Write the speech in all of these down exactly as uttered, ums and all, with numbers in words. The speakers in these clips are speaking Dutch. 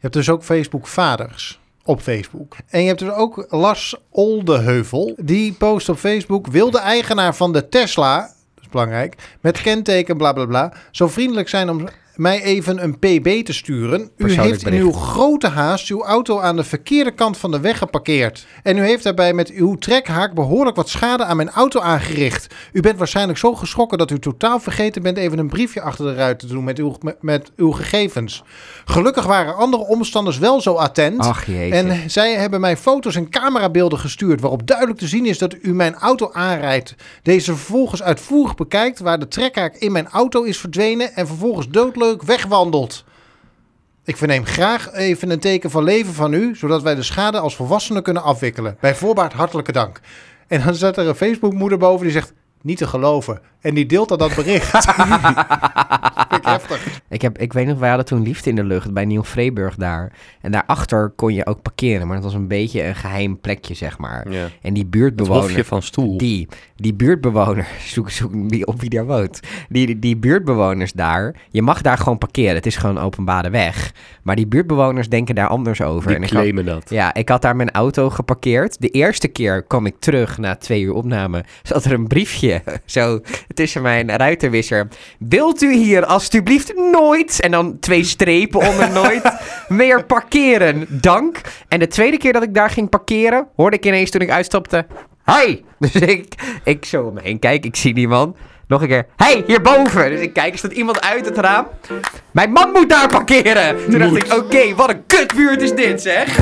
hebt dus ook Facebook-vaders op Facebook. En je hebt dus ook Lars Oldeheuvel. Die post op Facebook: wil de eigenaar van de Tesla, dat is belangrijk, met kenteken bla bla bla, zo vriendelijk zijn om mij even een P B te sturen. U heeft in uw grote haast uw auto aan de verkeerde kant van de weg geparkeerd. En u heeft daarbij met uw trekhaak behoorlijk wat schade aan mijn auto aangericht. U bent waarschijnlijk zo geschrokken dat u totaal vergeten bent even een briefje achter de ruit te doen met uw, met, met uw gegevens. Gelukkig waren andere omstanders wel zo attent. Ach, jeetje. En zij hebben mij foto's en camerabeelden gestuurd waarop duidelijk te zien is dat u mijn auto aanrijdt. Deze vervolgens uitvoerig bekijkt waar de trekhaak in mijn auto is verdwenen en vervolgens doodleuk wegwandelt. Ik verneem graag even een teken van leven van u, zodat wij de schade als volwassenen kunnen afwikkelen. Bij voorbaat hartelijke dank. En dan zet er een Facebookmoeder boven die zegt: niet te geloven. En die deelt dan dat bericht. Dat vind ik heftig. Ik, heb, ik weet nog, wij hadden toen Liefde in de Lucht bij Nieuw-Vreeburg daar. En daarachter kon je ook parkeren. Maar dat was een beetje een geheim plekje, zeg maar. Ja. En die buurtbewoner... Het hofje van Stoel. Die, die buurtbewoner... Zoek, zoek wie, op wie daar woont. Die, die, die buurtbewoners daar... Je mag daar gewoon parkeren. Het is gewoon een openbare weg. Maar die buurtbewoners denken daar anders over. Die en ik claimen had, dat. Ja, ik had daar mijn auto geparkeerd. De eerste keer kwam ik terug na twee uur opname. Zat er een briefje zo tussen mijn ruitenwisser. Wilt u hier alstublieft nooit... En dan twee strepen onder nooit... meer parkeren. Dank. En de tweede keer dat ik daar ging parkeren... hoorde ik ineens toen ik uitstapte... Hey! Dus ik, ik zo om me heen kijk, ik zie niemand. Nog een keer, hey, hierboven! Dus ik kijk, er staat iemand uit het raam. Mijn man moet daar parkeren! Toen dacht ik, oké, okay, wat een kutbuurt is dit, zeg!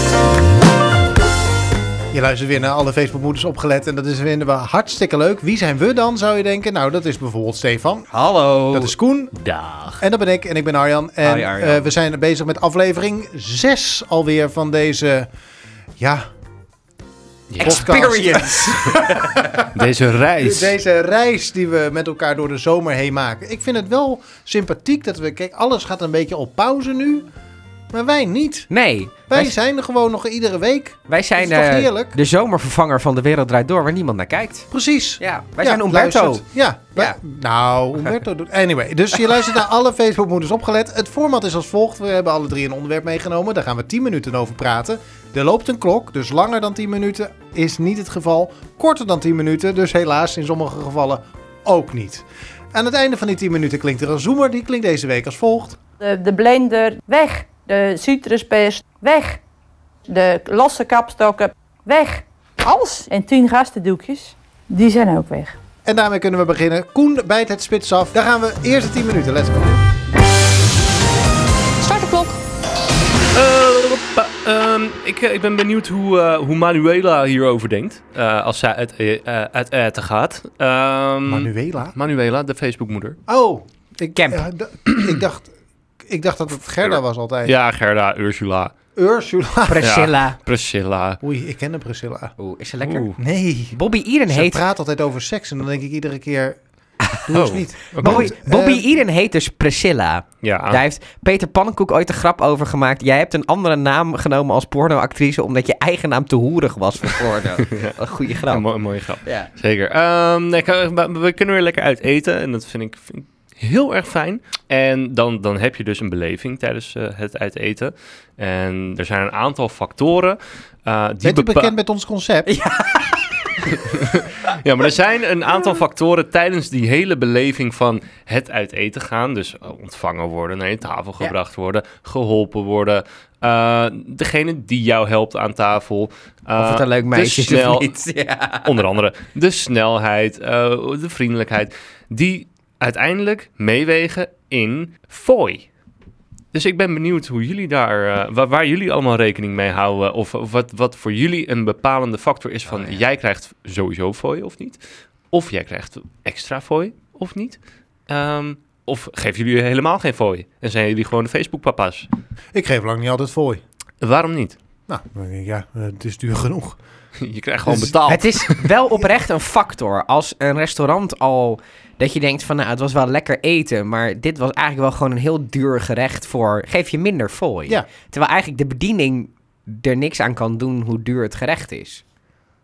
Je luistert weer naar alle Facebookmoeders opgelet en dat is vinden we hartstikke leuk. Wie zijn we dan, zou je denken? Nou, dat is bijvoorbeeld Stefan. Hallo! Dat is Koen. Dag. En dat ben ik en ik ben Arjan. En Hi, Arjan. Uh, we zijn bezig met aflevering zes alweer van deze, ja... Experience! Deze reis. Deze reis die we met elkaar door de zomer heen maken. Ik vind het wel sympathiek dat we... Kijk, alles gaat een beetje op pauze nu. Maar wij niet. Nee. Wij, wij zijn er gewoon nog iedere week. Wij zijn dat is toch uh, heerlijk? De zomervervanger van De Wereld Draait Door, waar niemand naar kijkt. Precies. Ja, wij ja, zijn Umberto. Luistert. Ja, wij, ja. Nou, Umberto doet... Anyway, dus je luistert naar alle Facebookmoeders opgelet. Het format is als volgt. We hebben alle drie een onderwerp meegenomen. Daar gaan we tien minuten over praten. Er loopt een klok, dus langer dan tien minuten is niet het geval. Korter dan tien minuten, dus helaas in sommige gevallen ook niet. Aan het einde van die tien minuten klinkt er een zoomer. Die klinkt deze week als volgt. De, de blender, weg. De citruspest, weg. De losse kapstokken, weg. Alles. En tien gastendoekjes, die zijn ook weg. En daarmee kunnen we beginnen. Koen bijt het spits af. Daar gaan we eerste tien minuten. Let's go. Start de klok. Uh, um, ik, ik ben benieuwd hoe, uh, hoe Manuela hierover denkt. Uh, als zij uit, uh, uit eten gaat. Um, Manuela? Manuela, de Facebookmoeder. Oh. Ik, Camp. uh, d- ik, dacht, ik dacht dat het Gerda was altijd. Ja, Gerda, Ursula. Ursula. Priscilla. Ja, Priscilla. Oei, ik ken de Priscilla. Oeh, is ze lekker? Oeh. Nee. Bobby Eden Ze heet... praat altijd over seks en dan denk ik iedere keer... Doe eens Oh. niet. Okay. Bobby, Goed, Bobby uh, Eden heet dus Priscilla. Ja. Daar heeft Peter Pannenkoek ooit een grap over gemaakt. Jij hebt een andere naam genomen als pornoactrice... omdat je eigen naam te hoerig was voor porno. ja. Een goede grap. Een, mo- een mooie grap. Ja. Zeker. Um, nee, we, we kunnen weer lekker uit eten. En dat vind ik, vind ik heel erg fijn. En dan, dan heb je dus een beleving tijdens uh, het uiteten. En er zijn een aantal factoren. Uh, die Bent u bepa- bekend met ons concept? Ja. Ja, maar er zijn een aantal factoren tijdens die hele beleving van het uit eten gaan. Dus ontvangen worden, naar je tafel gebracht ja. worden, geholpen worden. Uh, degene die jou helpt aan tafel. Uh, of het een leuk meisje is of niet. Ja. Onder andere de snelheid, uh, de vriendelijkheid. Die uiteindelijk meewegen in fooi. Dus ik ben benieuwd hoe jullie daar, uh, waar, waar jullie allemaal rekening mee houden. Of, of wat, wat voor jullie een bepalende factor is van... Oh, ja. Jij krijgt sowieso fooi of niet. Of jij krijgt extra fooi of niet. Um, of geven jullie helemaal geen fooi. En zijn jullie gewoon de Facebook-papa's. Ik geef lang niet altijd fooi. Waarom niet? Nou, ja, het is duur genoeg. Je krijgt gewoon betaald. Het is wel oprecht een factor. Als een restaurant al... Dat je denkt van, nou, het was wel lekker eten... maar dit was eigenlijk wel gewoon een heel duur gerecht voor... geef je minder fooi. Ja. Terwijl eigenlijk de bediening er niks aan kan doen hoe duur het gerecht is.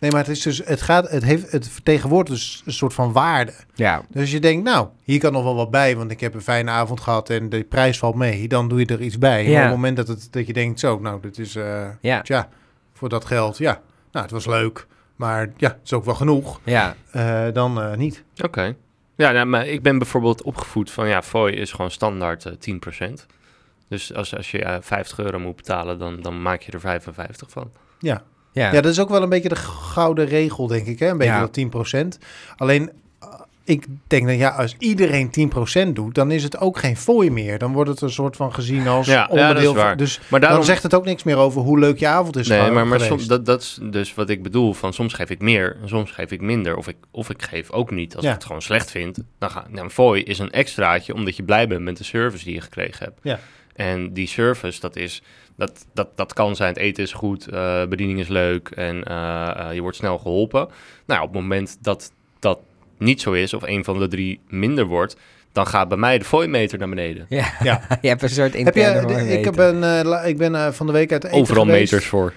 Nee, maar het is dus, het gaat, het heeft, het vertegenwoordigt dus een soort van waarde. Ja. Dus je denkt, nou, hier kan nog wel wat bij, want ik heb een fijne avond gehad en de prijs valt mee. Dan doe je er iets bij. Ja. Maar op het moment dat, het, dat je denkt, zo, nou, dit is, uh, Ja. tja, voor dat geld, ja, nou, het was leuk, maar ja, het is ook wel genoeg. Ja. Uh, dan uh, niet. Oké. Okay. Ja, nou, maar ik ben bijvoorbeeld opgevoed van, ja, fooi is gewoon standaard uh, tien procent. Dus als, als je uh, vijftig euro moet betalen, dan, dan maak je er vijfenvijftig van. Ja. Ja. ja, dat is ook wel een beetje de gouden regel, denk ik, hè? Een beetje Ja. dat tien procent. Alleen, uh, ik denk dat ja, als iedereen tien procent doet, dan is het ook geen fooi meer. Dan wordt het een soort van gezien als ja, onderdeel ja, dat is van... waar. Dus maar daarom... dan zegt het ook niks meer over hoe leuk je avond is Nee, geweest. maar, maar som, dat, dat is dus wat ik bedoel. Van soms geef ik meer en soms geef ik minder. Of ik, of ik geef ook niet. Als Ja. ik het gewoon slecht vind, dan ga nou, een fooi is een extraatje, omdat je blij bent met de service die je gekregen hebt. Ja. En die service, dat is... Dat, dat, dat kan zijn, het eten is goed, uh, bediening is leuk en uh, uh, je wordt snel geholpen. Nou, op het moment dat dat niet zo is of een van de drie minder wordt, dan gaat bij mij de fooi-meter naar beneden. Ja. Ja. Je hebt een soort Heb interne je, ik, ben, uh, ik ben uh, van de week uit eten Overal geweest. meters voor.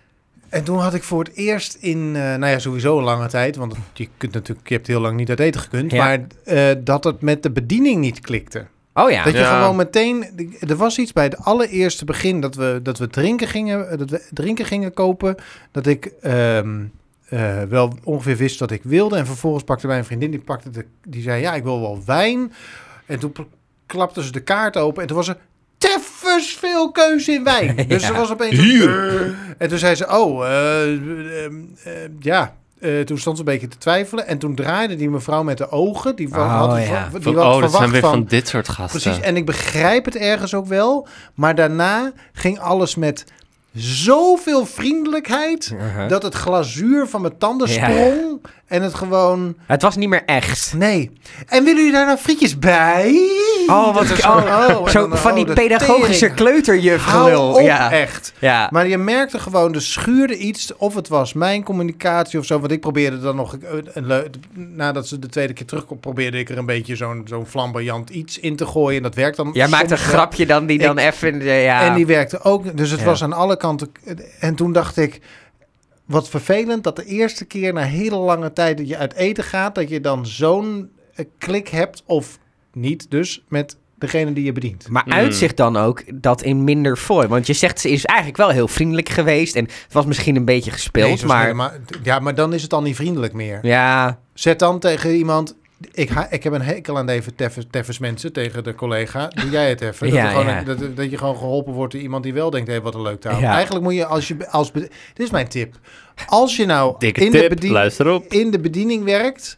En toen had ik voor het eerst in, uh, nou ja, sowieso een lange tijd, want je kunt natuurlijk, je hebt heel lang niet uit eten gekund, Ja. maar uh, dat het met de bediening niet klikte. Oh ja. Dat je Ja. gewoon meteen... Er was iets bij het allereerste begin dat we, dat we, drinken, gingen, dat we drinken gingen kopen. Dat ik um, uh, wel ongeveer wist wat ik wilde. En vervolgens pakte mijn vriendin, die, pakte de, die zei, ja, ik wil wel wijn. En toen klapte ze de kaart open en toen was er teffens veel keuze in wijn. Ja. Dus er was opeens... Hier. En toen zei ze, oh, uh, uh, uh, ja... Uh, toen stond ze een beetje te twijfelen. En toen draaide die mevrouw met de ogen. Die Oh, had, ja. die Van, had oh, dat verwacht zijn weer van, van dit soort gasten. Precies, en ik begrijp het ergens ook wel. Maar daarna ging alles met zoveel vriendelijkheid... Uh-huh. dat het glazuur van mijn tanden Ja. sprong. En het gewoon... Het was niet meer echt. Nee. En willen jullie daar nou frietjes bij? Oh, wat Dat is oh, oh, en zo dan, van oh, die de pedagogische tering. kleuterjuf Hou gelul. op, Ja. echt. Ja. Maar je merkte gewoon, er schuurde iets, of het was mijn communicatie of zo. Want ik probeerde dan nog, een leu- nadat ze de tweede keer terugkwam, probeerde ik er een beetje zo'n, zo'n flamboyant iets in te gooien. En dat werkt dan Jij maakt een soms wel. grapje dan die dan Ik- even... uh, ja. En die werkte ook, dus het Ja. was aan alle kanten. En toen dacht ik, wat vervelend dat de eerste keer na hele lange tijd dat je uit eten gaat, dat je dan zo'n eh, klik hebt, of niet dus, met degene die je bedient. Maar Mm. uitzicht dan ook dat in minder fooi? Want je zegt, ze is eigenlijk wel heel vriendelijk geweest. En het was misschien een beetje gespeeld, Nee, zo maar... helemaal- ja, maar dan is het al niet vriendelijk meer. Ja, Zet dan tegen iemand... Ik, ha- ik heb een hekel aan deze teffens, teffens mensen tegen de collega. Doe jij het even. Dat, Ja, er gewoon ja. een- dat, dat je gewoon geholpen wordt door iemand die wel denkt... Hé, wat een leuk taal. Ja. Eigenlijk moet je als je... Als be- dit is mijn tip. Als je nou Dikke in, tip, de bedien- luister op. in de bediening werkt...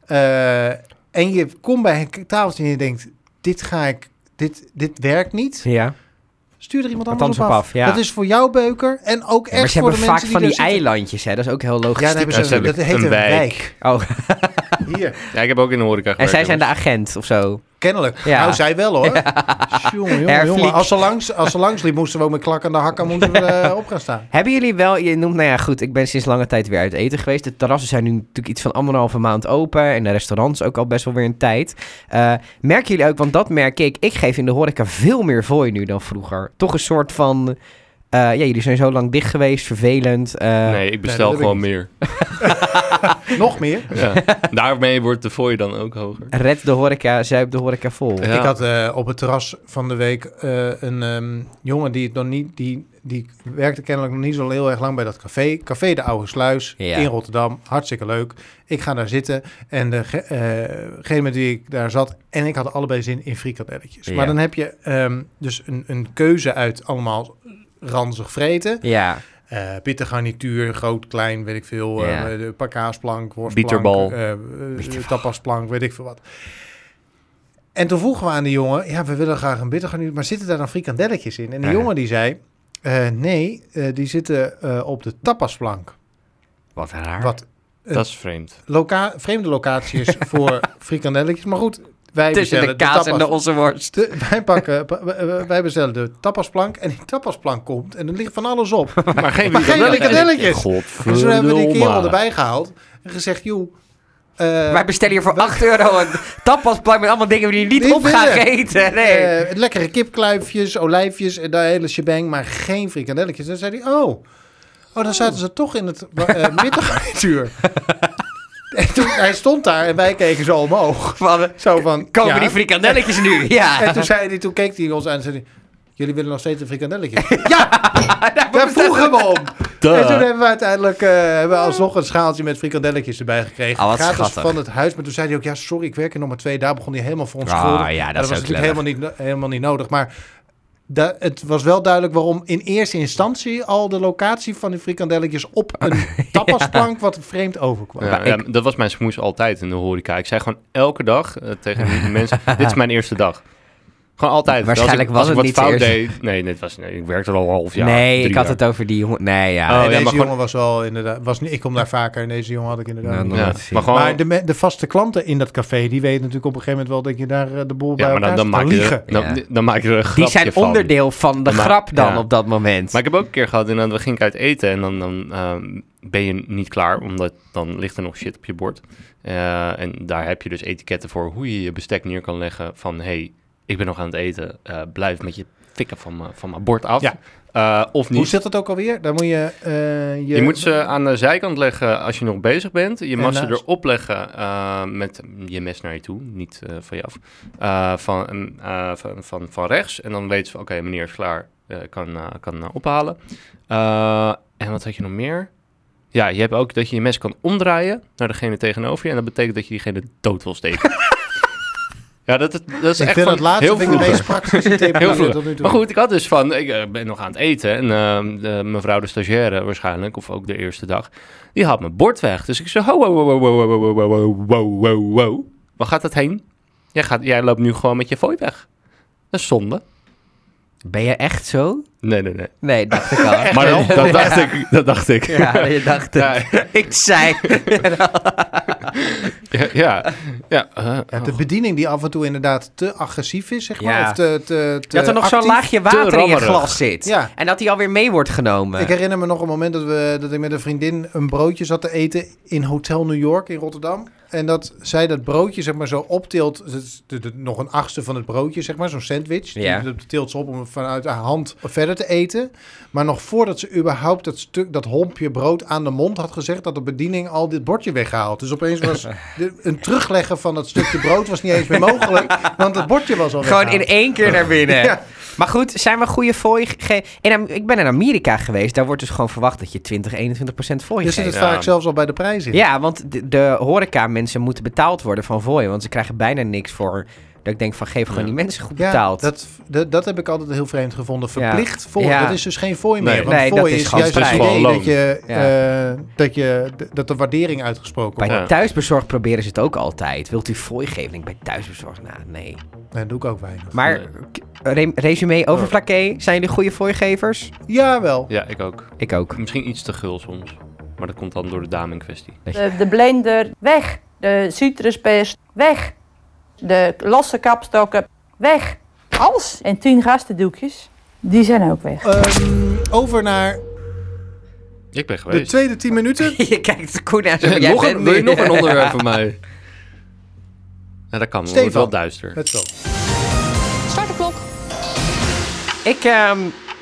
uh, en je komt bij een tafeltje en je denkt... Dit ga ik... Dit, dit werkt niet. ja. Stuur er iemand Wat anders op anders af. op af, ja. Dat is voor jouw beuker en ook Ja, maar echt ze voor de hebben mensen vaak van die die er zitten. eilandjes, hè. Dat is ook heel Ja, logistiek. dan hebben ze, Ja, ze dat hebben heet een een wijk. wijk. Oh, Hier, Ja, ik heb ook in de horeca gewerkt. en zij zijn de jongens. agent of zo. kennelijk. Ja. Nou, zij wel hoor. Jongen, jongen, Herfliek. jongen. Als ze langs, als ze langs liep, moesten we ook met klakkende hakken moeten we, uh, op gaan staan. Hebben jullie wel, je noemt, nou ja goed, ik ben sinds lange tijd weer uit eten geweest. De terrassen zijn nu natuurlijk iets van anderhalve maand open en de restaurants ook al best wel weer een tijd. Uh, merken jullie ook, want dat merk ik, ik geef in de horeca veel meer fooi nu dan vroeger. Toch een soort van, uh, ja, jullie zijn zo lang dicht geweest, vervelend. Uh, Nee, ik bestel dat heb ik gewoon niet. meer. Nog meer. Ja. Daarmee wordt de fooi dan ook hoger. Red de horeca, zuip de horeca vol. Ja. Ik had uh, op het terras van de week uh, een um, jongen die het nog niet, die, die werkte kennelijk nog niet zo heel erg lang bij dat café. Café de Oude Sluis Ja. in Rotterdam. Hartstikke leuk. Ik ga daar zitten en degene uh met wie ik daar zat en ik had allebei zin in frikandelletjes. Ja. Maar dan heb je um, dus een, een keuze uit allemaal ranzig vreten. Ja, Uh, pittig garnituur, groot, klein, weet ik veel. Ja. Uh, de pakaasplank, worstplank, Bieterbal. uh, uh, tapasplank, weet ik veel wat. En toen vroegen we aan de jongen, ja, we willen graag een bitter garnituur, maar zitten daar dan frikandelletjes in? En de Ja. jongen die zei, uh, nee, uh, die zitten uh, op de tapasplank. wat raar. Wat Dat is vreemd. loca- vreemde locatie is voor frikandelletjes. Maar goed, wij Tussen de bestellen kaas en de tapas- ossenworst. de- wij, pakken, pa- wij- wij bestellen de tapasplank en die tapasplank komt en er ligt van alles op. Maar geen Maar geen frikandelletjes. Godverdomme. Dus toen hebben we die kerel erbij gehaald en gezegd, joh... uh, Wij bestellen hier voor acht euro een tapasplank met allemaal dingen die je niet Niet op gaat willen. eten. Nee. uh, lekkere kipkluifjes, olijfjes en de hele shebang, maar geen frikandelletjes. Dan zei hij, oh, Oh, dan zaten ze toch in het uh, middaggarnituur. En toen, hij stond daar en wij keken zo omhoog. Van, Zo van, komen ja. die frikandelletjes nu? Ja. En toen, zei hij, toen keek hij ons aan en zei hij... Jullie willen nog steeds een frikandelletje? Ja, daar vroegen we om. Duh. En toen hebben we uiteindelijk uh, hebben we alsnog een schaaltje met frikandelletjes erbij gekregen. Oh, wat Gratis schattig. van het huis. Maar toen zei hij ook, ja sorry, ik werk er nog maar twee. Daar begon hij helemaal voor ons schuldig. Oh, ja, dat, dat is was ook natuurlijk helemaal niet, helemaal niet nodig. Maar da, het was wel duidelijk waarom in eerste instantie al de locatie van die frikandelletjes op een tapasplank wat vreemd overkwam. Ja, Maar ja, ik- dat was mijn smoes altijd in de horeca. Ik zei gewoon elke dag uh, tegen die mensen, dit is mijn eerste dag. Gewoon altijd. Waarschijnlijk als ik, was als ik het wat niet fout eerst. deed. Nee, dit was, nee, ik werkte er al een half jaar. nee, drie ik had jaar. het over die jongen. Nee, ja. Oh, en ja, deze maar jongen gewoon- was wel inderdaad... Was niet, ik kom daar vaker en deze jongen had ik inderdaad Nou, niet. nooit Ja, gezien. maar gewoon, Maar de, me- de vaste klanten in dat café, die weten natuurlijk op een gegeven moment wel dat je daar uh, de boel bij ja, maar elkaar dan, dan, zit maak te je, liegen. er- dan, Ja. dan maak je er een Die grapje zijn van. onderdeel van de Maar- grap dan ja. op dat moment. Maar ik heb ook een keer gehad en dan ging ik uit eten en dan, dan um, ben je niet klaar, omdat dan ligt er nog shit op je bord. Uh, en daar heb je dus etiketten voor hoe je je bestek neer kan leggen van, hey, ik ben nog aan het eten, uh, blijf met je fikken van mijn van mijn bord af. Ja. Uh, of niet. Hoe zit dat ook alweer? Dan moet je... Uh, je... Je moet ze aan de zijkant leggen als je nog bezig bent. Je mag ze naast? erop leggen uh, met je mes naar je toe, niet uh, van je af. Uh, van, uh, van, van, van rechts. En dan weten ze van, oké, okay, meneer is klaar, uh, kan, uh, kan uh, ophalen. Uh, en wat had je nog meer? Ja, je hebt ook dat je je mes kan omdraaien naar degene tegenover je. En dat betekent dat je diegene dood wil steken. Ja, dat, dat is ik echt vind van dat laatste heel vind ik de vroeger. meest praktische tip. Heel die vroeg. tot nu toe. Maar goed, ik had dus van, ik uh, ben nog aan het eten en uh, de, mevrouw de stagiaire waarschijnlijk, of ook de eerste dag, die had mijn bord weg. Dus ik zei, ho, ho, ho, ho, ho, ho, ho, ho, ho, ho, ho. Waar gaat dat heen? Jij, gaat, jij loopt nu gewoon met je fooi weg. Dat is zonde. Ben je echt zo? Nee, nee, nee. Nee, dacht ik al. Maar dat, dat dacht ik. Dat dacht ik. Ja, je dacht het. Ja. Ik zei. Ja, ja. ja, uh, Ja, de bediening die af en toe inderdaad te agressief is, zeg maar. Ja. Of te, te, te Dat er nog zo'n actief. laagje water in je rammerig. glas zit. Ja. En dat die alweer mee wordt genomen. Ik herinner me nog een moment dat, we, dat ik met een vriendin een broodje zat te eten in Hotel New York in Rotterdam. En dat zij dat broodje zeg maar zo optilt, het is de, de, nog een achtste van het broodje zeg maar, zo'n sandwich. Ja. Die tilt ze op om het vanuit haar hand verder te eten. Maar nog voordat ze überhaupt dat stuk, dat hompje brood aan de mond had gezegd, had de bediening al dit bordje weggehaald. Dus opeens was de, een terugleggen van dat stukje brood was niet eens meer mogelijk, want het bordje was al Gewoon in weggehaald. één keer naar binnen. Ja. Maar goed, zijn we goede fooi? Ge- in, Am- ik ben in Amerika geweest. Daar wordt dus gewoon verwacht dat je twintig, eenentwintig procent fooi Dus zit geeft. het Ja. vaak zelfs al bij de prijs in. Ja, want de, de horeca mensen moeten betaald worden van fooi. Want ze krijgen bijna niks voor. Dat ik denk van, geef gewoon Ja. die mensen goed Ja, betaald. dat, dat, dat heb ik altijd heel vreemd gevonden. Verplicht fooi. Ja. Dat is dus geen fooi meer. Nee. Want Nee, dat fooi is is, gewoon juist het vrij. idee Gewoon dat, je, Ja. eh, dat, je, d- dat de waardering uitgesproken Bij wordt. Ja. thuisbezorgd proberen ze het ook altijd. Wilt u fooi geven? Ik denk bij thuisbezorgd, nou nee. Nee, dat doe ik ook weinig. Maar Nee. k- re- resume over Flaké. Zijn jullie goede fooigevers? Ja, wel. Ja, ik ook. Ik ook. Misschien iets te gul soms. Maar dat komt dan door de dame in kwestie. De, de blender, weg. De citruspest, weg. De losse kapstokken, weg. Alles. En tien gastendoekjes, die zijn ook weg. Ehm, over naar Ik ben de geweest. tweede tien minuten. Je kijkt Koen aan zo van, jij nog bent een, wil je nu- nog een onderwerp van mij? Ja, dat kan. Het wordt Stefan. wel duister. Let's go. Start de klok. Ik, ehm,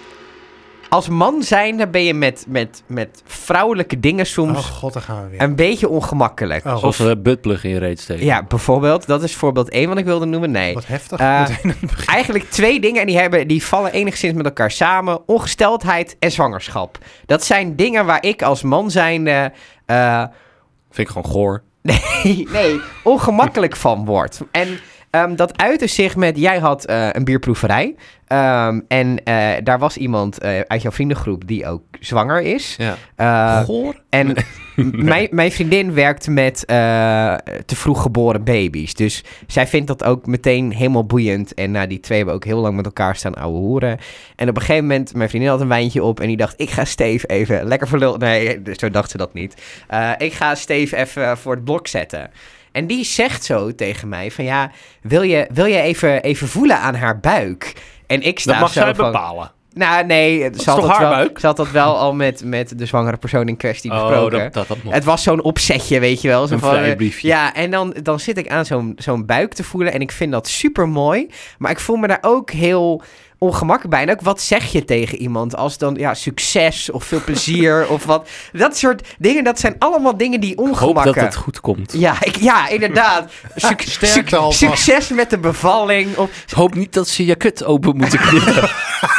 als man zijnde ben je met, met, met vrouwelijke dingen Oh soms god, daar gaan we weer. een beetje ongemakkelijk. Oh, Zoals een buttplug in je reet steken. Ja, bijvoorbeeld. Dat is voorbeeld één wat ik wilde noemen. Nee. Wat heftig. Eh, Meteen aan het begin. Eigenlijk twee dingen en die, hebben, die vallen enigszins met elkaar samen. Ongesteldheid en zwangerschap. Dat zijn dingen waar ik als man zijnde... eh, Vind ik gewoon goor. nee, nee, ongemakkelijk van word. En um, dat uitte zich met... Jij had uh, een bierproeverij. Um, en uh, daar was iemand uh, uit jouw vriendengroep die ook zwanger is. Ja. Uh, Goor? En m- mijn, mijn vriendin werkt met uh, te vroeg geboren baby's. Dus zij vindt dat ook meteen helemaal boeiend. En nou, die twee hebben ook heel lang met elkaar staan ouwe hoeren. En op een gegeven moment, mijn vriendin had een wijntje op. En die dacht, ik ga Steve even lekker verlul... Nee, zo dacht ze dat niet. Uh, ik ga Steve even voor het blok zetten. En die zegt zo tegen mij van ja, wil je, wil je even, even voelen aan haar buik? En ik sta Dat mag zo zij van, bepalen. Nou, nee, is ze had, toch dat haar wel, buik? ze had dat wel al met, met de zwangere persoon in kwestie Oh, besproken. dat, dat, dat mocht. Het was zo'n opzetje, weet je wel. Zo Een van, vrije eh, briefje. Ja, en dan, dan zit ik aan zo'n zo'n buik te voelen en ik vind dat super mooi. Maar ik voel me daar ook heel ongemakken bij. En ook, wat zeg je tegen iemand als dan, ja, succes of veel plezier of wat. Dat soort dingen, dat zijn allemaal dingen die Ik hoop ongemakken. dat het goed komt. Ja, ik, ja, inderdaad. Suc- sterkte suc- alvast. succes met de bevalling. Of, Ik hoop niet dat ze je kut open moeten knippen.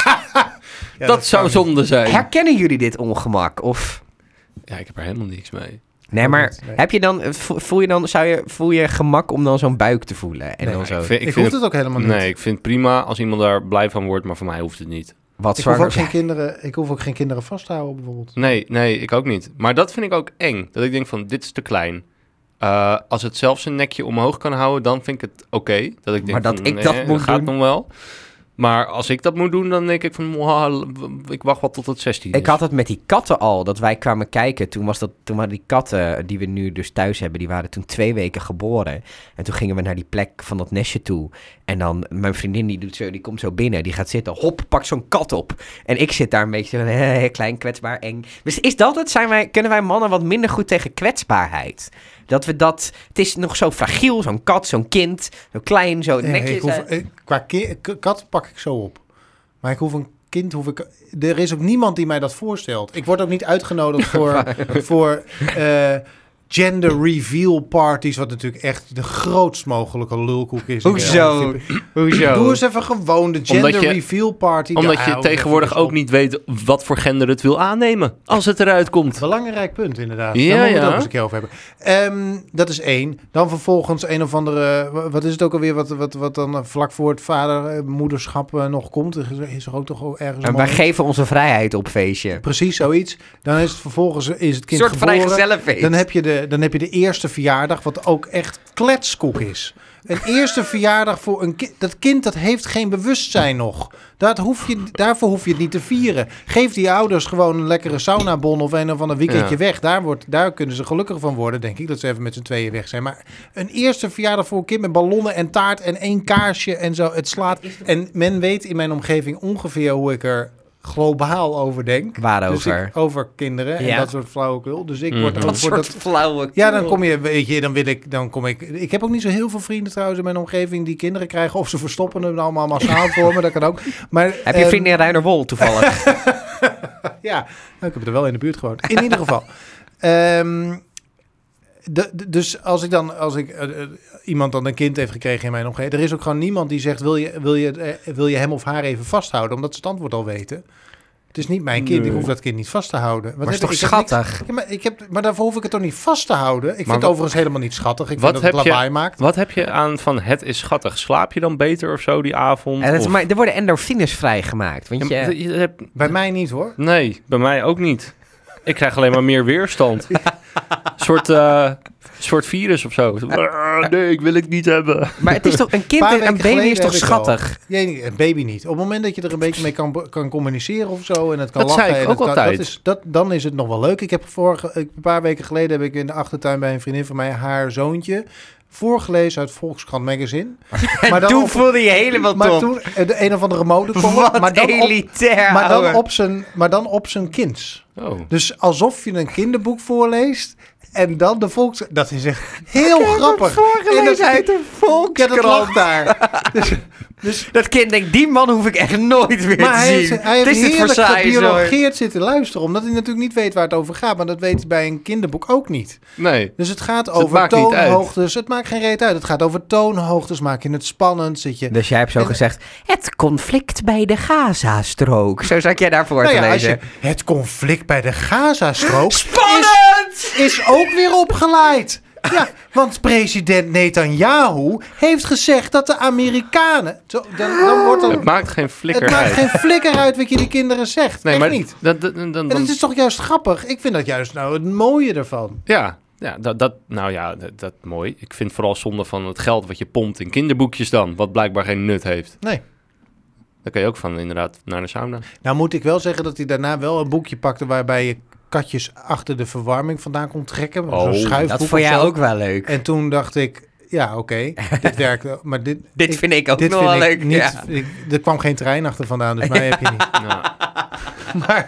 Ja, dat zou kan zonde zijn. herkennen jullie dit ongemak? Of... Ja, ik heb er helemaal niks mee. Nee, Ook maar niet, nee. heb je dan, vo- voel je dan, zou je, voel je gemak om dan zo'n buik te voelen? En Nee, dan zo, Ik vind, Ik, ik hoef vind het ook helemaal niet. Nee, ik vind het prima als iemand daar blij van wordt, maar voor mij hoeft het niet. wat Ik hoef, ook zwanger. geen kinderen, ik hoef ook geen kinderen vast te houden, bijvoorbeeld. Nee, nee, ik ook niet. Maar dat vind ik ook eng. Dat ik denk van, dit is te klein. Uh, als het zelfs een nekje omhoog kan houden, dan vind ik het oké. Dat ik denk Maar dat van, ik nee, dat moet gaat doen? nog wel. Maar als ik dat moet doen, dan denk ik van, wow, ik wacht wel tot het zestien is. Ik had het met die katten al, dat wij kwamen kijken. Toen, was dat, toen waren die katten die we nu dus thuis hebben, die waren toen twee weken geboren. En toen gingen we naar die plek van dat nestje toe. En dan, mijn vriendin die, doet zo, die komt zo binnen, die gaat zitten. Hop, pak zo'n kat op. En ik zit daar een beetje zo, heel klein, kwetsbaar, eng. Dus is dat het? Zijn wij, kunnen wij mannen wat minder goed tegen kwetsbaarheid? Dat we dat, het is nog zo fragiel, zo'n kat, zo'n kind, zo klein, zo Nee, netjes. ik hoef, eh. ik- qua ki- k- kat pak ik zo op. Maar ik hoef een kind, hoef ik... Er is ook niemand die mij dat voorstelt. Ik word ook niet uitgenodigd voor, voor eh, gender reveal parties, wat natuurlijk echt de grootst mogelijke lulkoek is. Hoezo? Hoezo? Doe eens even gewoon de gender Omdat je- reveal party. Omdat Ja, je hou tegenwoordig even ook niet weet wat voor gender het wil aannemen. Als het eruit komt. Belangrijk punt, inderdaad. Ja, Daar moeten we het ja. ook eens een keer over hebben. Ehm, dat is één. Dan vervolgens een of andere... Wat is het ook alweer wat, wat, wat dan vlak voor het vader-moederschap eh, nog komt? Er is- is er ook toch ergens... En een wij moment? geven onze vrijheid op feestje. Precies, zoiets. Dan is het vervolgens is het Een kind soort geboren. vrijgezellenfeest. Dan heb, je de, dan heb je de eerste verjaardag, wat ook echt kletskoek is. Een eerste verjaardag voor een kind. Dat kind dat heeft geen bewustzijn nog. Dat hoef je, daarvoor hoef je het niet te vieren. Geef die ouders gewoon een lekkere saunabon of een of ander weekendje Ja. weg. Daar, wordt, daar kunnen ze gelukkig van worden, denk ik. Dat ze even met z'n tweeën weg zijn. Maar een eerste verjaardag voor een kind met ballonnen en taart en één kaarsje en zo. Het slaat. En men weet in mijn omgeving ongeveer hoe ik er globaal over denk. Waarover? Dus ik, over kinderen en Ja. dat soort flauwekul. Dus ik Mhm. word er ook Wat voor soort dat... flauwe... Ja, dan kom je, weet je, dan wil ik, dan kom ik... Ik heb ook niet zo heel veel vrienden trouwens in mijn omgeving die kinderen krijgen. Of ze verstoppen hem allemaal massaal voor me, dat kan ook. Maar, Heb je ehm, vrienden in Ruinerwold toevallig? Ja, nou, ik heb er wel in de buurt gewoond. In ieder geval. Ehm, de, de- dus als ik dan, als ik, eh, eh, iemand dan een kind heeft gekregen in mijn omgeving, er is ook gewoon niemand die zegt, wil je, wil je, eh, wil je hem of haar even vasthouden, omdat ze het antwoord al weten. Het is niet mijn kind, Nee. ik hoef dat kind niet vast te houden. Want Maar is heb- toch ik heb niks- schattig? Ja, maar, ik heb, maar daarvoor hoef ik het toch niet vast te houden. Ik vind Maar het wat- overigens helemaal niet schattig. Ik Wat vind dat het heb je- lawaai maakt. Wat heb je aan van het is schattig? Slaap je dan beter of zo die avond? En het is Of- maar, er worden endorfines vrijgemaakt. Want Ja, je, maar je hebt- Bij mij niet hoor. Nee, bij mij ook niet. Ik krijg alleen maar meer weerstand. Een soort, eh, soort virus of zo. Ah, nee, ik wil het niet hebben. maar het is toch een kind, Paar een weken baby geleden is toch heb ik wel. schattig? Nee, een baby niet. Op het moment dat je er een beetje mee kan, kan communiceren of zo en het kan Dat lachen. zei ik en ook het kan, altijd. Dat is, dat, dan is het nog wel leuk. Ik heb vorige, een paar weken geleden heb ik in de achtertuin bij een vriendin van mij haar zoontje voorgelezen uit Volkskrant Magazine. Maar En toen op- voelde je helemaal maar top. toen eh, de een of andere mode Wat maar dan op, elitair, maar dan ouwe. op zijn, maar dan op zijn kinds. Oh. Dus alsof je een kinderboek voorleest en dan de volks... Dat is echt heel grappig. En dat- uit de Ja, dat lag daar. Dus, dus, Dat kind denkt, die man hoef ik echt nooit weer maar te hij zien. heeft, hij heeft het is het heerlijk Versailles, hoor. gebiologeerd zitten luisteren. Omdat hij natuurlijk niet weet waar het over gaat. Maar dat weet hij bij een kinderboek ook niet. Nee. Dus het gaat het over maakt niet uit. toonhoogtes. Het maakt geen reet uit. Het gaat over toonhoogtes. Maak je het spannend. Zit je... Dus jij hebt zo En- gezegd, het conflict bij de Gaza-strook. Zo zat jij daarvoor Nou te ja, als lezen. je, het conflict bij de Gazastrook Spannend! is, is ook weer opgeleid. Ja, want president Netanyahu heeft gezegd dat de Amerikanen... Zo, dan, dan wordt Het dan, maakt geen flikker het maakt uit. geen flikker uit wat je die kinderen zegt. Nee, Echt maar niet. Dat, dat, dan, dan, En het is toch juist grappig? Ik vind dat juist nou het mooie ervan. Ja, ja dat, dat, nou ja, dat, dat mooi. Ik vind vooral zonde van het geld wat je pompt in kinderboekjes dan, wat blijkbaar geen nut heeft. Nee. Daar kun je ook van inderdaad naar de sauna. Nou moet ik wel zeggen dat hij daarna wel een boekje pakte waarbij je katjes achter de verwarming vandaan kon trekken. Oh, Zo'n schuifboek Dat of vond jij zo. ook wel leuk. En toen dacht ik, ja oké, dit werkt wel. Maar dit, Dit vind ik ook dit nog vind wel ik leuk. Niet, Ja. ik, er kwam geen trein achter vandaan, dus mij heb je niet. Ja. Maar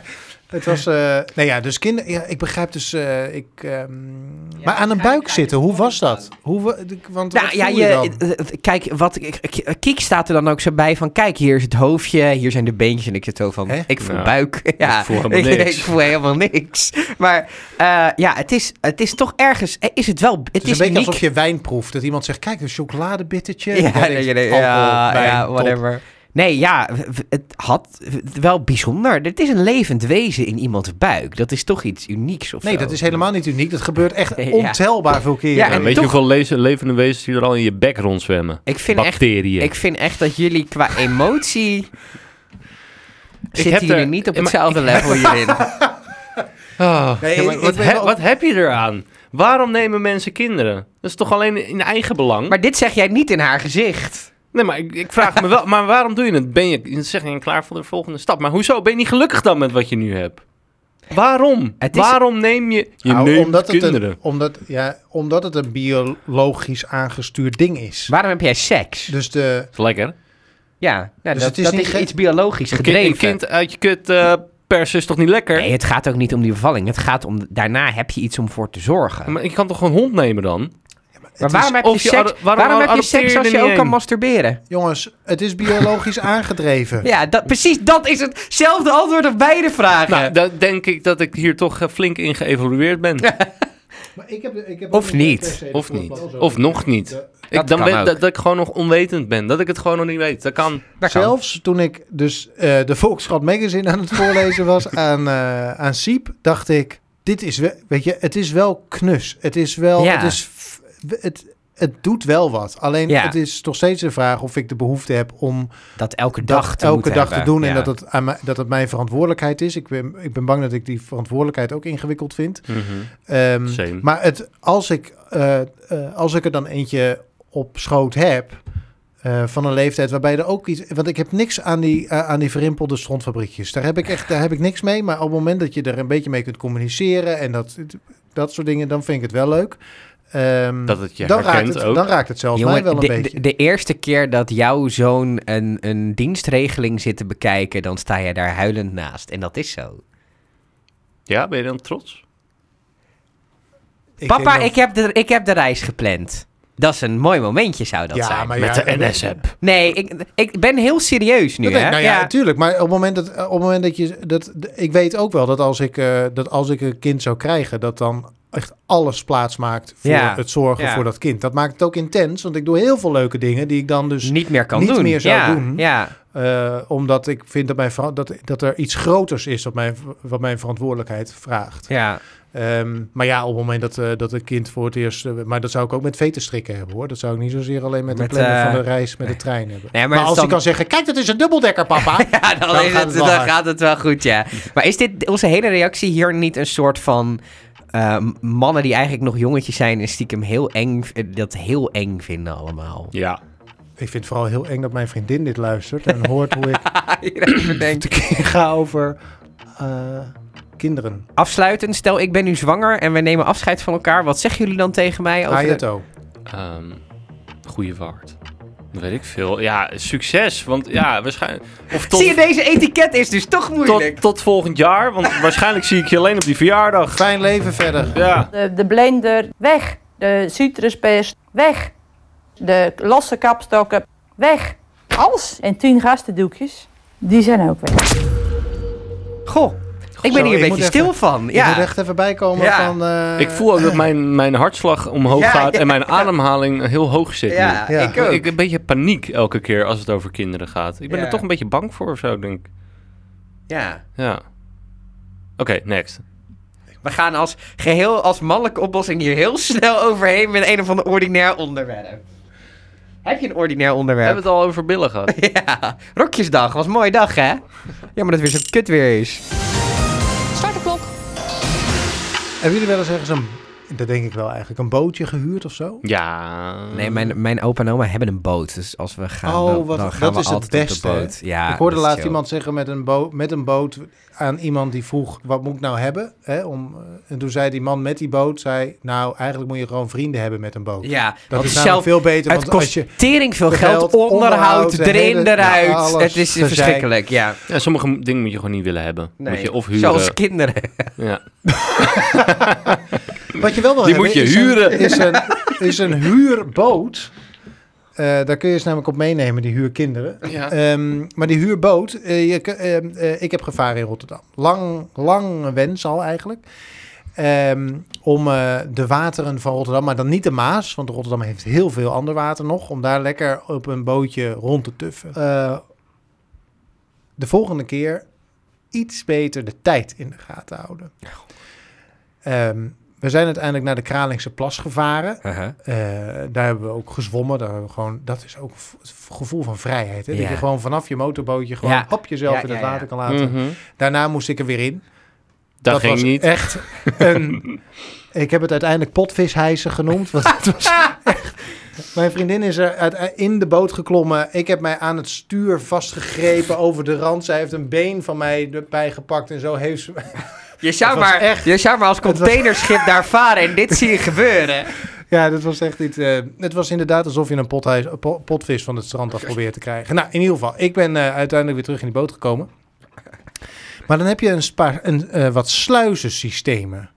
Het was, uh, nou ja, dus kinderen, ja, ik begrijp dus, uh, ik, um, ja, maar aan een buik zitten, hoe was dat? Hoe, want nou, wat ja, voel je, je dan? Kijk, wat, Kiek staat er dan ook zo bij van, kijk, hier is het hoofdje, hier zijn de beentjes en ik zit zo van, Hè? ik voel nou, buik. Ja, ik voel helemaal niks. ik, ik voel helemaal niks. Maar uh, ja, het is, het is toch ergens, is het wel, het, het is is een beetje uniek. alsof je wijn proeft, dat iemand zegt, kijk, een chocoladebittertje. Ja, ja, nee, nee, alcohol, ja, wijn, ja, top. whatever. Nee, ja, het had wel bijzonder. Het is een levend wezen in iemands buik. Dat is toch iets unieks of Nee, zo. dat is helemaal niet uniek. Dat gebeurt echt Ja. ontelbaar veel keren. Ja, Ja, en weet toch- je hoeveel lezen, levende wezens die er al in je bek rondzwemmen? Ik vind, echt, Bacteriën. ik vind echt dat jullie qua emotie... zitten heb jullie er- niet op maar- hetzelfde level hierin. Oh, Nee, ja, maar ik- wat, ik ben he- wel- wat heb je eraan? Waarom nemen mensen kinderen? Dat is toch alleen in eigen belang? Maar dit zeg jij niet in haar gezicht. Nee, maar ik, ik vraag me wel, maar waarom doe je het? Ben je, dan zeg je klaar voor de volgende stap. Maar hoezo? Ben je niet gelukkig dan met wat je nu hebt? Waarom? Het is- Waarom neem je, je Nou, neemt omdat, het kinderen? een, omdat, ja, omdat het een biologisch aangestuurd ding is. Waarom heb jij seks? Dus de... is lekker. Ja, nou, Dus dat, het is dat niet is ge- iets biologisch Een kind, gedreven. een kind uit je kut uh, persen is toch niet lekker? Nee, het gaat ook niet om die bevalling. Het gaat om, daarna heb je iets om voor te zorgen. Maar je kan toch een hond nemen dan? Maar waarom heb je of je seks, ado- waarom waarom heb je adopteer je seks er als je niet ook een? kan masturberen? Jongens, het is biologisch aangedreven. Ja, dat, precies dat is hetzelfde antwoord op beide vragen. Nou, dan denk ik dat ik hier toch uh, flink in geëvolueerd ben. Maar ik heb, ik heb Of ook niet. per se de Of niet. voorkeur zo. Of nog niet. De- Ik, dan kan weet ook. dat, dat ik gewoon nog onwetend ben. Dat ik het gewoon nog niet weet. Dat kan. Dat kan. Zelfs toen ik dus uh, de Volkskrant magazine aan het voorlezen was aan, uh, aan Siep, dacht ik, dit is, we, weet je, het is wel knus. Het is wel, Ja. het is, f- het, het doet wel wat. Alleen Ja. het is toch steeds de vraag of ik de behoefte heb om Dat elke dag dat te elke moeten dag te hebben. doen en Ja. dat het, aan mij, dat het mijn verantwoordelijkheid is. Ik ben, ik ben bang dat ik die verantwoordelijkheid ook ingewikkeld vind. Mhm. Um, Same. maar het, als, ik, uh, uh, als ik er dan eentje op schoot heb, uh, van een leeftijd waarbij er ook iets... Want ik heb niks aan die, uh, aan die verrimpelde strontfabriekjes. Daar heb ik echt daar heb ik niks mee. Maar op het moment dat je er een beetje mee kunt communiceren en dat, dat soort dingen, dan vind ik het wel leuk. Um, Dat het je dan raakt herkent het, ook. Dan raakt het zelfs Jongen, mij wel een de, beetje. De, de eerste keer dat jouw zoon een, een dienstregeling zit te bekijken, dan sta je daar huilend naast. En dat is zo. Ja, ben je dan trots? Ik Papa, denk dat- ik, heb de, ik heb de reis gepland. Dat is een mooi momentje, zou dat Ja, zijn. maar Met ja, de N S-app. Nee, ik, ik ben heel serieus nu, Dat denk- hè? nou ja, Ja. natuurlijk. Maar op het moment dat, op het moment dat je... Dat, ik weet ook wel dat als ik, uh, dat als ik een kind zou krijgen, dat dan echt alles plaats maakt voor Ja. het zorgen Ja. voor dat kind. Dat maakt het ook intens, want ik doe heel veel leuke dingen die ik dan dus... Niet meer kan niet doen. meer zou ja, doen. Ja. Uh, omdat ik vind dat, mijn, ver- dat, dat er iets groters is wat mijn, wat mijn verantwoordelijkheid vraagt. Ja. Um, maar ja, op het moment dat, uh, dat een kind voor het eerst... Uh, maar dat zou ik ook met veterstrikken hebben, hoor. Dat zou ik niet zozeer alleen met, Met, de planning uh, van de reis met de trein hebben. Nee, maar maar het als is ik dan- kan zeggen, kijk, dat is een dubbeldekker, papa. Ja, dan, Dan is gaat het, het wel dan hard. gaat het wel goed, ja. Maar is dit onze hele reactie hier niet een soort van... Uh, mannen die eigenlijk nog jongetjes zijn en stiekem heel eng... dat heel eng vinden allemaal? Ja. Ik vind het vooral heel eng dat mijn vriendin dit luistert en hoort hoe ik Hier even denk. tekeer ga over uh, kinderen. Afsluitend, stel ik ben nu zwanger en we nemen afscheid van elkaar. Wat zeggen jullie dan tegen mij? Over de... Hayato. Um, goeie waard. Dat weet ik veel. Ja, succes. Want ja, waarschijnlijk... Of tot, Zie je, deze etiket is dus toch moeilijk. tot, tot volgend jaar. Want waarschijnlijk zie ik je alleen op die verjaardag. Fijn leven verder. Ja. De, de blender, weg. De citruspest, weg. De losse kapstokken, weg. Alles. En tien gastendoekjes, die zijn ook weg. Goh, ik ben Zo, hier een ik beetje moet stil even- van. Je Ja. moet echt even bijkomen Ja. van... uh, Ik voel ook dat mijn, mijn hartslag omhoog Ja, gaat ja, en mijn ja. ademhaling heel hoog zit. Ja, nu. Ja. ik ook. Ik een beetje paniek elke keer als het over kinderen gaat. Ik ben Ja. er toch een beetje bang voor of zo, denk ik. Ja. Ja. Oké, okay, next. We gaan als geheel, als mannelijke oplossing hier heel snel overheen met een of ander ordinair onderwerp. Heb je een ordinair We onderwerp? hebben het al over billen gehad. Ja, Rokjesdag was een mooie dag, hè? Jammer dat het weer zo kut weer is. Start de klok. Hebben jullie wel eens ergens een, dat denk ik wel eigenlijk, een bootje gehuurd of zo? Ja. Nee, mijn, mijn opa en oma hebben een boot. Dus als we gaan, Oh, dan, wat- dan gaan dat we is het altijd beste, op de boot. Ja, ik hoorde dat is laatst chill. iemand zeggen met een, bo- met een boot aan iemand die vroeg, wat moet ik nou hebben? Hè, om, uh, en toen zei die man met die boot, zei, nou, eigenlijk moet je gewoon vrienden hebben met een boot. Ja, Dat want is namelijk zelf, veel beter, het want als kost je... tering veel de geld, geld, onderhoud, onderhoud, de erin, hele- eruit. ja, alles het is gezeik. verschrikkelijk, ja. Ja, sommige dingen moet je gewoon niet willen hebben. Nee. Moet je of huren. Zoals kinderen. Ja. Wat je wel wil Die hebben, moet je is huren. Een, is, een, is een huurboot. Uh, daar kun je eens namelijk op meenemen, die huurkinderen. Ja. Um, maar die huurboot, uh, je, uh, uh, ik heb gevaren in Rotterdam. Lang, lang wens al eigenlijk. Um, om uh, de wateren van Rotterdam, maar dan niet de Maas, want Rotterdam heeft heel veel ander water nog, om daar lekker op een bootje rond te tuffen. Uh, de volgende keer iets beter de tijd in de gaten houden. Um, we zijn uiteindelijk naar de Kralingse Plas gevaren. Uh-huh. Uh, daar hebben we ook gezwommen. Daar hebben we gewoon, dat is ook het gevoel van vrijheid. Hè? Ja. Dat je gewoon vanaf je motorbootje gewoon Ja. op jezelf Ja, in ja, het ja. water kan laten. Mhm. Daarna moest ik er weer in. Dat, ging was niet. echt een... Ik heb het uiteindelijk potvishijsen genoemd. Want het was echt, mijn vriendin is er uit, in de boot geklommen. Ik heb mij aan het stuur vastgegrepen over de rand. Zij heeft een been van mij erbij gepakt en zo heeft ze... Je zou, Het was maar, echt- je zou maar als containerschip daar varen en dit zie je gebeuren. Ja, dat was echt niet... Uh, het was inderdaad alsof je een pothuis, po- potvis van het strand af probeert te krijgen. Nou, in ieder geval. Ik ben uh, uiteindelijk weer terug in die boot gekomen. Maar dan heb je een, spa- een uh, wat sluizensystemen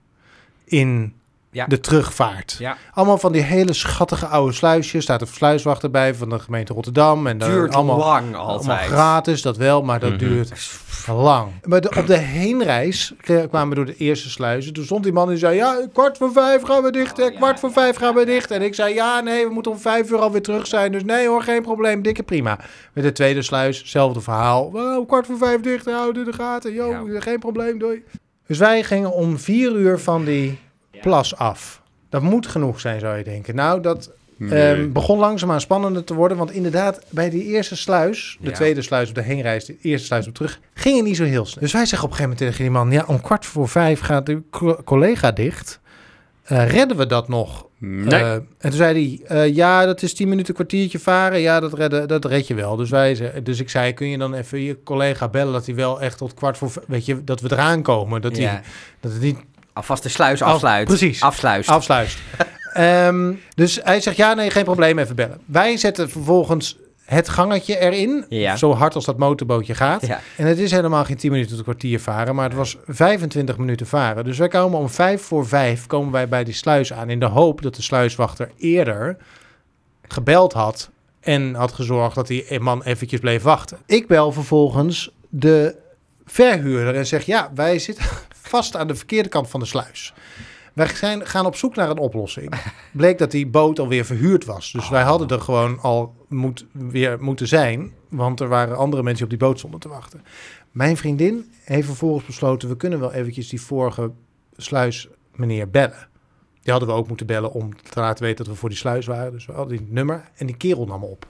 in Ja. de terugvaart. Ja. Allemaal van die hele schattige oude sluisjes. Staat een sluiswachter bij van de gemeente Rotterdam. En dan Duurt allemaal, lang allemaal altijd. gratis, dat wel, maar dat Mhm. duurt lang. Maar de, op de heenreis k- kwamen we door de eerste sluizen. Toen stond die man die zei, ja, kwart voor vijf gaan we dicht. hè, kwart voor vijf gaan we dicht. En ik zei, ja, nee, we moeten om vijf uur alweer terug zijn. Dus nee hoor, geen probleem, dikke prima. Met de tweede sluis, hetzelfde verhaal. Oh, kwart voor vijf dicht, houden in de gaten. Yo, Ja. geen probleem, doei. Dus wij gingen om vier uur van die plas af. Dat moet genoeg zijn, zou je denken. Nou, dat Nee. um, begon langzaamaan spannender te worden. Want inderdaad, bij die eerste sluis, de Ja. tweede sluis op de heenreis, de eerste sluis op terug, ging het niet zo heel snel. Dus wij zeggen op een gegeven moment tegen die man, ja, om kwart voor vijf gaat de co- collega dicht. Uh, redden we dat nog? Nee. Uh, en toen zei hij, uh, ja, dat is tien minuten, kwartiertje varen. Ja, dat, redden, dat red je wel. Dus, wij, ze- dus ik zei, kun je dan even je collega bellen dat hij wel echt tot kwart voor, v- weet je, dat we eraan komen. Dat, Ja. hij, dat het niet Alvast de sluis Af- afsluit. precies. Afsluist. afsluist. um, dus hij zegt, ja, nee, geen probleem, even bellen. Wij zetten vervolgens het gangetje erin, Ja. zo hard als dat motorbootje gaat. Ja. En het is helemaal geen tien minuten tot een kwartier varen, maar het was vijfentwintig minuten varen. Dus wij komen om vijf voor vijf komen wij bij die sluis aan in de hoop dat de sluiswachter eerder gebeld had en had gezorgd dat die man eventjes bleef wachten. Ik bel vervolgens de verhuurder en zeg, ja, wij zitten vast aan de verkeerde kant van de sluis. Wij zijn, gaan op zoek naar een oplossing. Bleek dat die boot alweer verhuurd was. Dus wij hadden er gewoon al moet, weer moeten zijn. Want er waren andere mensen die op die boot stonden te wachten. Mijn vriendin heeft vervolgens besloten, we kunnen wel eventjes die vorige sluis meneer bellen. Die hadden we ook moeten bellen om te laten weten dat we voor die sluis waren. Dus we hadden die nummer en die kerel nam op.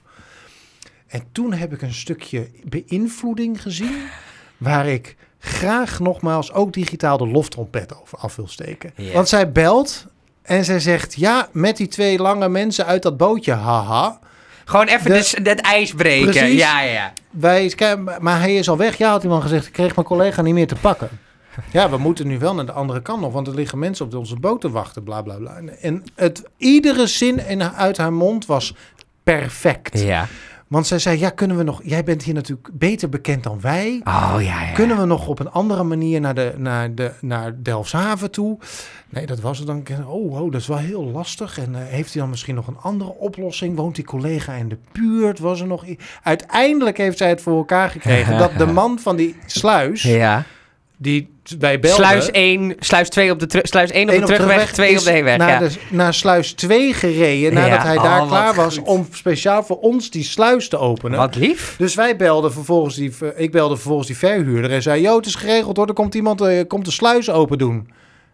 En toen heb ik een stukje beïnvloeding gezien, waar ik graag nogmaals ook digitaal de loftrompet over af wil steken. Ja. Want zij belt en zij zegt, ja, met die twee lange mensen uit dat bootje, haha. Gewoon even De- de, het ijs breken. Precies. Ja, ja, ja. Wij, maar hij is al weg. Ja, had die man gezegd, ik kreeg mijn collega niet meer te pakken. Ja, we moeten nu wel naar de andere kant nog, want er liggen mensen op onze boot te wachten, bla bla bla. En het, iedere zin in, uit haar mond was perfect. Ja. Want zij zei, ja, kunnen we nog, jij bent hier natuurlijk beter bekend dan wij. Oh, ja, ja. Kunnen we nog op een andere manier naar, de, naar, de, naar Delfshaven toe? Nee, dat was het dan. Oh, oh, dat is wel heel lastig. En uh, heeft hij dan misschien nog een andere oplossing? Woont die collega in de buurt? Was er nog i- Uiteindelijk heeft zij het voor elkaar gekregen dat de man van die sluis, Ja. die wij belden... Sluis één, sluis twee op de terug, sluis één op één de terugweg, twee op is de heenweg. Naar, Ja. de, naar sluis twee gereden, nadat Ja, hij oh, daar wat klaar was goed. om speciaal voor ons die sluis te openen. Wat lief. Dus wij belden vervolgens die, ik belde vervolgens die verhuurder en zei, yo, het is geregeld hoor, er komt iemand, uh, komt de sluis open doen.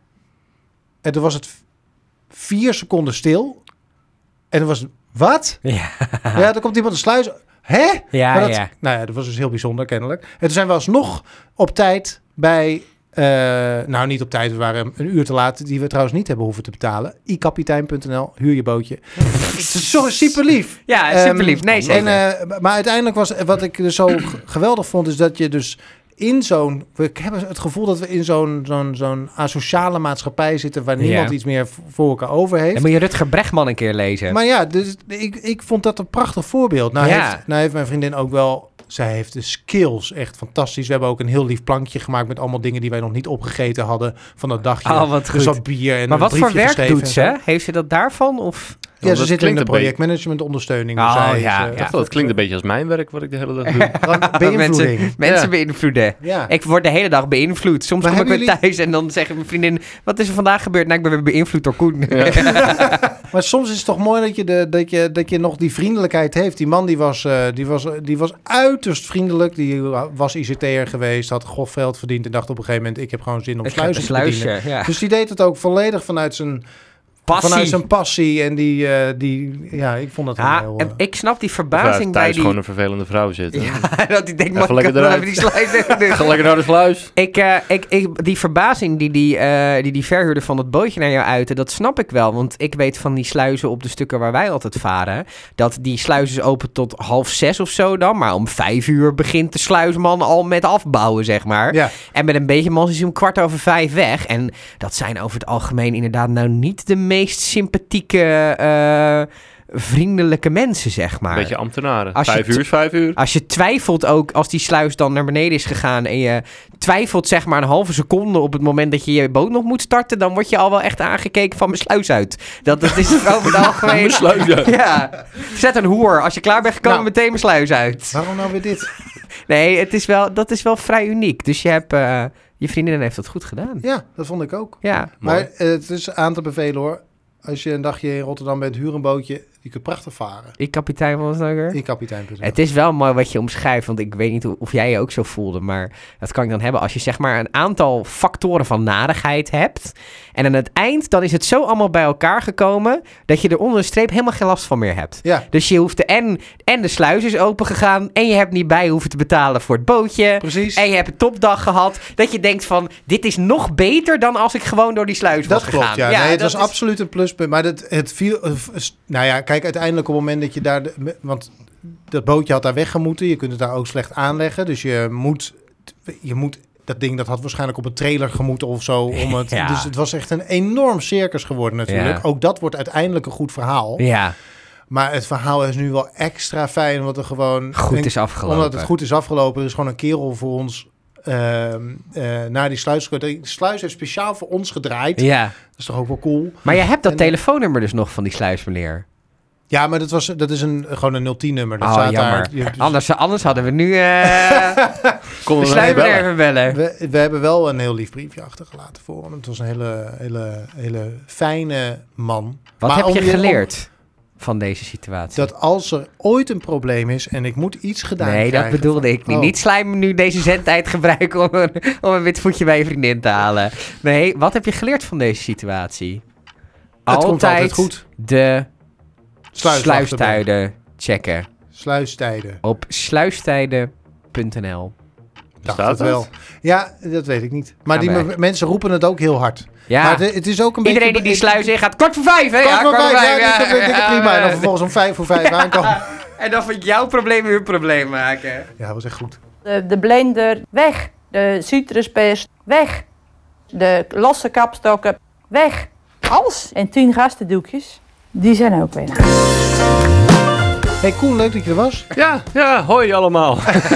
En toen was het vier seconden stil. En toen was het, wat? Ja. Ja, er komt iemand de sluis. Hè? Ja, Maar dat, ja. Nou ja, dat was dus heel bijzonder kennelijk. En toen zijn we alsnog op tijd bij Uh, nou, niet op tijd. We waren een uur te laat. Die we trouwens niet hebben hoeven te betalen. i kapitein punt n l. Huur je bootje. Zo super lief. Ja, super lief. Nee, zeker. En, uh, maar uiteindelijk was wat ik dus zo g- geweldig vond, is dat je dus in zo'n... We hebben het gevoel dat we in zo'n, zo'n, zo'n asociale maatschappij zitten waar niemand Ja. iets meer v- voor elkaar over heeft. Dan moet je Rutger Bregman een keer lezen. Maar ja, dus ik, ik vond dat een prachtig voorbeeld. Nou, Ja. heeft, nou heeft mijn vriendin ook wel... Zij heeft de skills echt fantastisch. We hebben ook een heel lief plankje gemaakt met allemaal dingen die wij nog niet opgegeten hadden van dat dagje. Oh, wat Dus goed. wat bier en maar een wat voor briefje werk geschreven doet en ze? zo. Heeft ze dat daarvan? Of? Ja, dat ze zit in klinkt de een projectmanagement ondersteuning. Dus Oh, zij is, ja, eh, ja. Dacht wel, het klinkt een beetje als mijn werk wat ik de hele dag doe. gewoon beïnvloeding. mensen mensen Ja. beïnvloeden. Ja. Ik word de hele dag beïnvloed. Soms Maar kom ik weer hebben thuis en dan zeggen mijn vriendin... Wat is er vandaag gebeurd? Nou, ik ben weer beïnvloed door Koen. Maar soms is het toch mooi dat je, de, dat je, dat je nog die vriendelijkheid heeft. Die man die was, uh, die was, die was uiterst vriendelijk. Die was I C T'er geweest, had grof geld verdiend en dacht op een gegeven moment... ik heb gewoon zin om Ik heb sluizen een te bedienen. sluisje, ja. Dus die deed het ook volledig vanuit zijn... Passie. Vanuit zijn passie en die, uh, die, ja, ik vond dat Ja, heel... en Uh, ik snap die Of verbazing bij thuis die... gewoon een vervelende vrouw zitten. Ja, dat hij denkt, Even man, lekker ik kan wel eruit. even die sluis even doen. Ga lekker naar de sluis. Ik, uh, ik, ik, die verbazing die die, uh, die die verhuurder van het bootje naar jou uitte, dat snap ik wel. Want ik weet van die sluizen op de stukken waar wij altijd varen, dat die sluis is open tot half zes of zo dan. Maar om vijf uur begint de sluisman al met afbouwen, zeg maar. ja, En met een beetje mans is hij om kwart over vijf weg. En dat zijn over het algemeen inderdaad nou niet de meest sympathieke, uh, vriendelijke mensen, zeg maar. Een beetje ambtenaren. Als je Vijf t- uur is vijf uur. Als je twijfelt ook, als die sluis dan naar beneden is gegaan en je twijfelt zeg maar een halve seconde op het moment dat je je boot nog moet starten, dan word je al wel echt aangekeken van mijn sluis uit. Dat, dat is over het algemeen... Mijn sluis uit. Ja, zet een hoer. Als je klaar bent gekomen, Nou. meteen mijn sluis uit. waarom nou weer dit? Nee, het is wel, dat is wel vrij uniek. Dus je hebt, uh, je vriendin heeft dat goed gedaan. Ja, dat vond ik ook. Ja. Maar Mooi. uh, het is aan te bevelen hoor. Als je een dagje in Rotterdam bent, huur een bootje. Die kunt prachtig varen. Ik kapitein was het ook weer. In kapitein. Het is wel mooi wat je omschrijft, want ik weet niet hoe- of jij je ook zo voelde, maar dat kan ik dan hebben als je zeg maar een aantal factoren van narigheid hebt en aan het eind dan is het zo allemaal bij elkaar gekomen dat je er onder de streep helemaal geen last van meer hebt. Ja, Dus je hoeft de en, en de sluis is open gegaan en je hebt niet bij hoeven te betalen voor het bootje. precies. En je hebt een topdag gehad dat je denkt van dit is nog beter dan als ik gewoon door die sluis Dat was klopt, gegaan. ja. nee, het dat was is- absoluut een pluspunt. Maar het, het viel... uh, s- nou ja, kijk, uiteindelijk op het moment dat je daar... De, want dat bootje had daar weggemoeten. Je kunt het daar ook slecht aanleggen. Dus je moet... Je moet dat ding, dat had waarschijnlijk op een trailer gemoeten of zo. Om het, Ja. Dus het was echt een enorm circus geworden natuurlijk. Ja. Ook dat wordt uiteindelijk een goed verhaal. Ja, Maar het verhaal is nu wel extra fijn. Omdat er gewoon... goed een- is afgelopen. Omdat het goed is afgelopen. Er is gewoon een kerel voor ons... Uh, uh, naar die sluis. De sluis heeft speciaal voor ons gedraaid. Ja, Dat is toch ook wel cool. maar je hebt dat En- telefoonnummer dus nog van die sluismeneer. Ja, maar dat, was, dat is een, gewoon een nul tien nummer. Dat Oh, staat jammer. daar. Je- Anders, anders hadden we nu uh, Kon de we sluismeneer bellen. even bellen. we, we hebben wel een heel lief briefje achtergelaten voor hem. Het was een hele, hele, hele fijne man. Wat Maar heb om je je- geleerd van deze situatie? Dat als er ooit een probleem is en ik moet iets gedaan nee, dat krijgen bedoelde van- ik niet. Oh. Niet slijm nu deze zendtijd gebruiken om een, om een wit voetje bij je vriendin te halen. Nee, wat heb je geleerd van deze situatie? Het komt altijd goed. de Sluis sluistijden checken Sluistijden. op sluistijden punt n l. Dacht Staat het dat? wel. Ja, dat weet ik niet. Maar Ja, die maar- me- mensen roepen het ook heel hard. Ja, Maar het, het is ook een iedereen die beetje... die sluis in gaat, kwart voor vijf, hè? Kwart ja, voor kwart vijf, ja, ja, dikke- dikke ja, prima. En dan ja. vervolgens om vijf voor vijf aankomen. En dan vind jouw probleem weer een probleem maken. Ja, dat was echt goed. De, de blender, weg. De citruspest, weg. De losse kapstokken, weg. Alles. En tien gastendoekjes, die zijn ook weg. Hey Koen, leuk dat je er was. Ja, ja, hoi allemaal.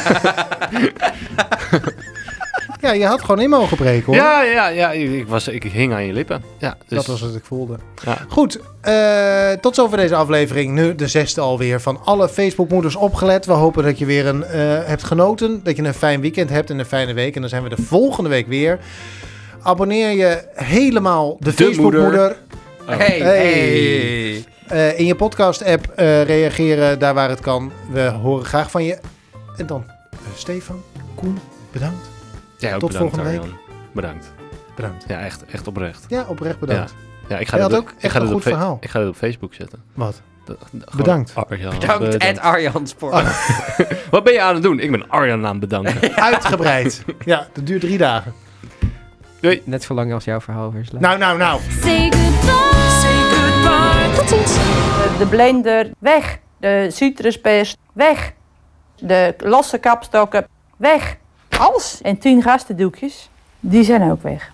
Ja, je had gewoon in mogen breken hoor. Ja, ja, ja, ik, was, ik hing aan je lippen. Ja, dus, Dat was wat ik voelde. Ja. Goed, eh, tot zover deze aflevering. Nu de zesde alweer van alle Facebookmoeders opgelet. We hopen dat je weer een, eh, hebt genoten. Dat je een fijn weekend hebt en een fijne week. En dan zijn we de volgende week weer. Abonneer je helemaal de, De Facebookmoeder. Oh. Hey, Hey. Eh, in je podcast-app eh, reageren daar waar het kan. We horen graag van je. En dan eh, Stefan, Koen, bedankt. Ja, ook Tot bedankt, volgende week. Arjan. Bedankt. Bedankt. Ja, echt, echt oprecht. Ja, oprecht bedankt. Ja, ik ga Je dit had op- ook ik echt ga een dit goed op fe- verhaal. Ik ga dit op Facebook zetten. Wat? De- de- gewoon Bedankt. Arjan, Bedankt, Ed Arjan Sport. Wat ben je aan het doen? Ik ben Arjan aan het bedanken. Uitgebreid. Ja, dat duurt drie dagen. Doei. Net zo lang als jouw verhaal weer slaan. Nou, nou, nou. Say goodbye. Say goodbye. Tot ziens. De, de blender, weg. De citruspest, weg. De losse kapstokken, weg. Alles. En tien gastendoekjes, die zijn ook weg.